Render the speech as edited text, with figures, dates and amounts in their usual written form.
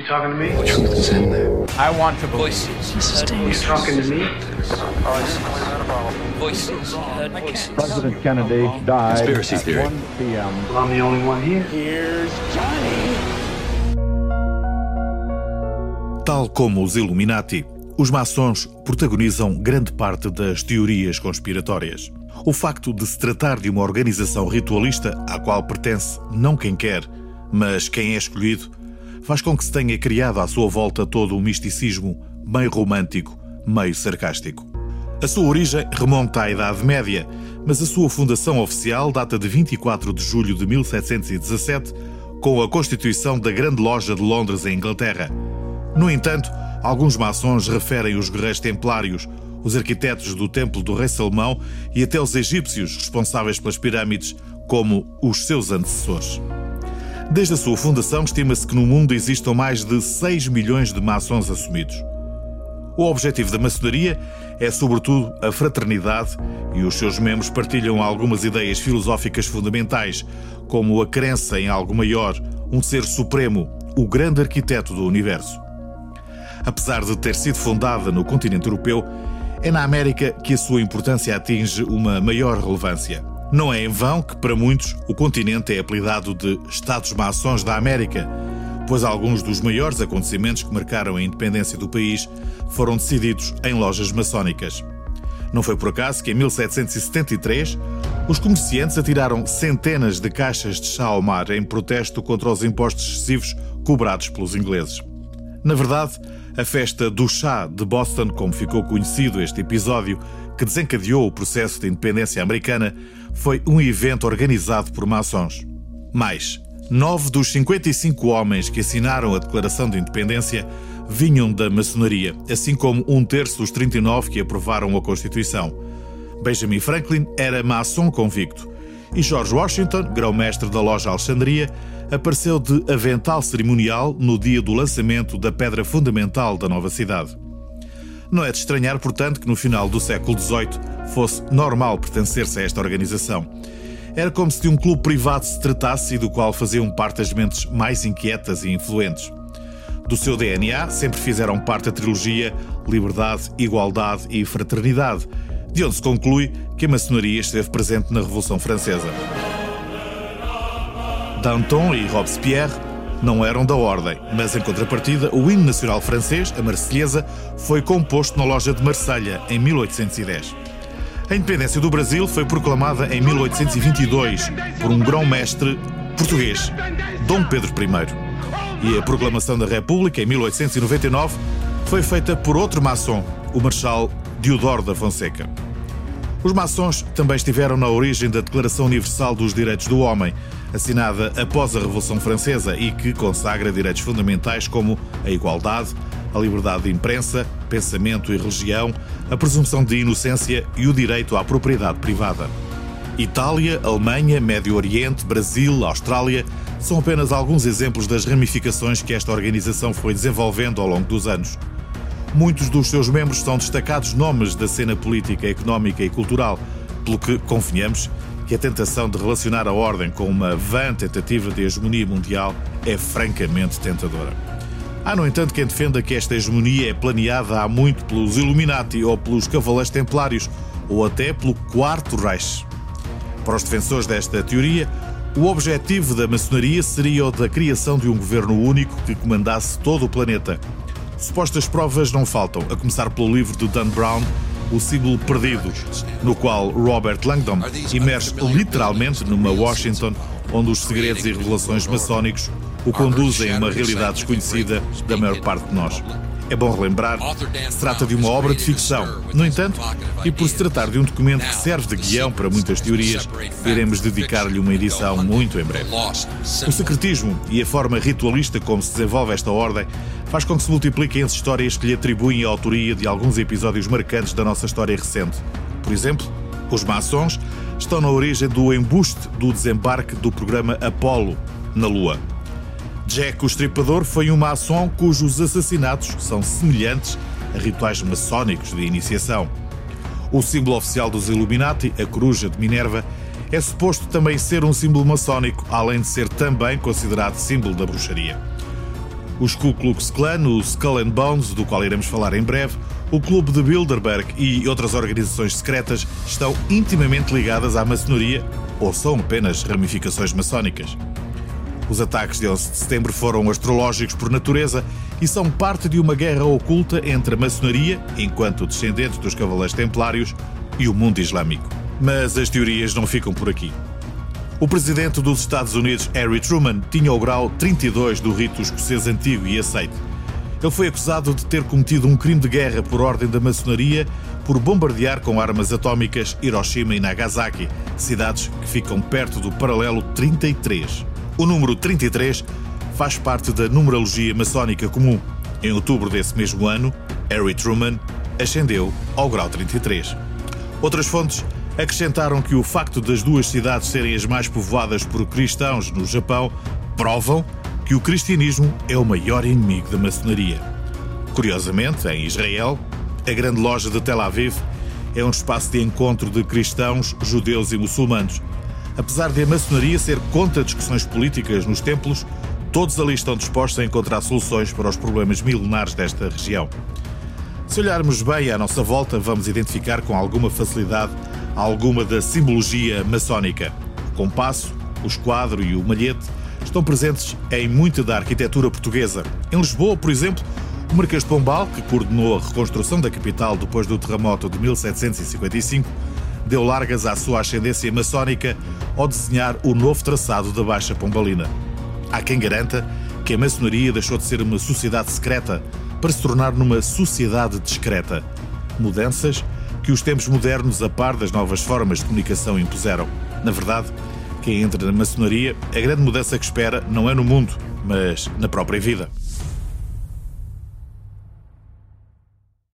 You talking to me? The truth is in there. I want to voices. This is dangerous. You talking to me? Voices. Heard voices. President Kennedy died Conspiracy at theory. 1 p.m. Well, I'm the only one here. Here's Johnny. Tal como os Illuminati, os maçons protagonizam grande parte das teorias conspiratórias. O facto de se tratar de uma organização ritualista à qual pertence não quem quer, mas quem é escolhido, faz com que se tenha criado à sua volta todo um misticismo meio romântico, meio sarcástico. A sua origem remonta à Idade Média, mas a sua fundação oficial data de 24 de julho de 1717, com a constituição da Grande Loja de Londres, em Inglaterra. No entanto, alguns maçons referem os guerreiros templários, os arquitetos do Templo do Rei Salomão e até os egípcios responsáveis pelas pirâmides como os seus antecessores. Desde a sua fundação, estima-se que no mundo existam mais de 6 milhões de maçons assumidos. O objetivo da maçonaria é, sobretudo, a fraternidade e os seus membros partilham algumas ideias filosóficas fundamentais, como a crença em algo maior, um ser supremo, o grande arquiteto do universo. Apesar de ter sido fundada no continente europeu, é na América que a sua importância atinge uma maior relevância. Não é em vão que, para muitos, o continente é apelidado de Estados Maçons da América, pois alguns dos maiores acontecimentos que marcaram a independência do país foram decididos em lojas maçónicas. Não foi por acaso que, em 1773, os comerciantes atiraram centenas de caixas de chá ao mar em protesto contra os impostos excessivos cobrados pelos ingleses. Na verdade, a festa do chá de Boston, como ficou conhecido este episódio, que desencadeou o processo de independência americana, foi um evento organizado por maçons. Mais, 9 dos 55 homens que assinaram a Declaração de Independência vinham da maçonaria, assim como 1/3 dos 39 que aprovaram a Constituição. Benjamin Franklin era maçom convicto e George Washington, grão-mestre da loja Alexandria, apareceu de avental cerimonial no dia do lançamento da pedra fundamental da nova cidade. Não é de estranhar, portanto, que no final do século XVIII fosse normal pertencer-se a esta organização. Era como se de um clube privado se tratasse e do qual faziam parte as mentes mais inquietas e influentes. Do seu DNA sempre fizeram parte a trilogia Liberdade, Igualdade e Fraternidade, de onde se conclui que a maçonaria esteve presente na Revolução Francesa. Danton e Robespierre não eram da ordem, mas em contrapartida o hino nacional francês, a Marselhesa, foi composto na loja de Marselha em 1810. A independência do Brasil foi proclamada em 1822 por um grão-mestre português, Dom Pedro I. E a proclamação da República, em 1899, foi feita por outro maçom, o Marechal Deodoro da Fonseca. Os maçons também estiveram na origem da Declaração Universal dos Direitos do Homem, assinada após a Revolução Francesa e que consagra direitos fundamentais como a igualdade, a liberdade de imprensa, pensamento e religião, a presunção de inocência e o direito à propriedade privada. Itália, Alemanha, Médio Oriente, Brasil, Austrália são apenas alguns exemplos das ramificações que esta organização foi desenvolvendo ao longo dos anos. Muitos dos seus membros são destacados nomes da cena política, económica e cultural, pelo que, convenhamos, que a tentação de relacionar a ordem com uma vã tentativa de hegemonia mundial é francamente tentadora. Há, no entanto, quem defenda que esta hegemonia é planeada há muito pelos Illuminati ou pelos Cavaleiros Templários ou até pelo Quarto Reich. Para os defensores desta teoria, o objetivo da maçonaria seria o da criação de um governo único que comandasse todo o planeta. Supostas provas não faltam, a começar pelo livro de Dan Brown, O Símbolo Perdido, no qual Robert Langdon imerge literalmente numa Washington onde os segredos e revelações maçónicos o conduzem a uma realidade desconhecida da maior parte de nós. É bom relembrar que se trata de uma obra de ficção. No entanto, e por se tratar de um documento que serve de guião para muitas teorias, iremos dedicar-lhe uma edição muito em breve. O secretismo e a forma ritualista como se desenvolve esta ordem faz com que se multipliquem as histórias que lhe atribuem a autoria de alguns episódios marcantes da nossa história recente. Por exemplo, os maçons estão na origem do embuste do desembarque do programa Apollo na Lua. Jack o Estripador foi um maçom cujos assassinatos são semelhantes a rituais maçónicos de iniciação. O símbolo oficial dos Illuminati, a coruja de Minerva, é suposto também ser um símbolo maçónico, além de ser também considerado símbolo da bruxaria. Os Ku Klux Klan, o Skull and Bones, do qual iremos falar em breve, o Clube de Bilderberg e outras organizações secretas estão intimamente ligadas à maçonaria ou são apenas ramificações maçónicas. Os ataques de 11 de setembro foram astrológicos por natureza e são parte de uma guerra oculta entre a maçonaria, enquanto descendentes dos Cavaleiros Templários, e o mundo islâmico. Mas as teorias não ficam por aqui. O presidente dos Estados Unidos, Harry Truman, tinha o grau 32 do rito escocês antigo e aceite. Ele foi acusado de ter cometido um crime de guerra por ordem da maçonaria por bombardear com armas atómicas Hiroshima e Nagasaki, cidades que ficam perto do paralelo 33. O número 33 faz parte da numerologia maçónica comum. Em outubro desse mesmo ano, Harry Truman ascendeu ao grau 33. Outras fontes acrescentaram que o facto das duas cidades serem as mais povoadas por cristãos no Japão provam que o cristianismo é o maior inimigo da maçonaria. Curiosamente, em Israel, a grande loja de Tel Aviv é um espaço de encontro de cristãos, judeus e muçulmanos. Apesar de a maçonaria ser contra discussões políticas nos templos, todos ali estão dispostos a encontrar soluções para os problemas milenares desta região. Se olharmos bem à nossa volta, vamos identificar com alguma facilidade alguma da simbologia maçónica. O compasso, o esquadro e o malhete estão presentes em muita da arquitetura portuguesa. Em Lisboa, por exemplo, o Marquês de Pombal, que coordenou a reconstrução da capital depois do terremoto de 1755, deu largas à sua ascendência maçónica ao desenhar o novo traçado da Baixa Pombalina. Há quem garanta que a maçonaria deixou de ser uma sociedade secreta para se tornar numa sociedade discreta. Mudanças que os tempos modernos, a par das novas formas de comunicação, impuseram. Na verdade, quem entra na maçonaria, a grande mudança que espera não é no mundo, mas na própria vida.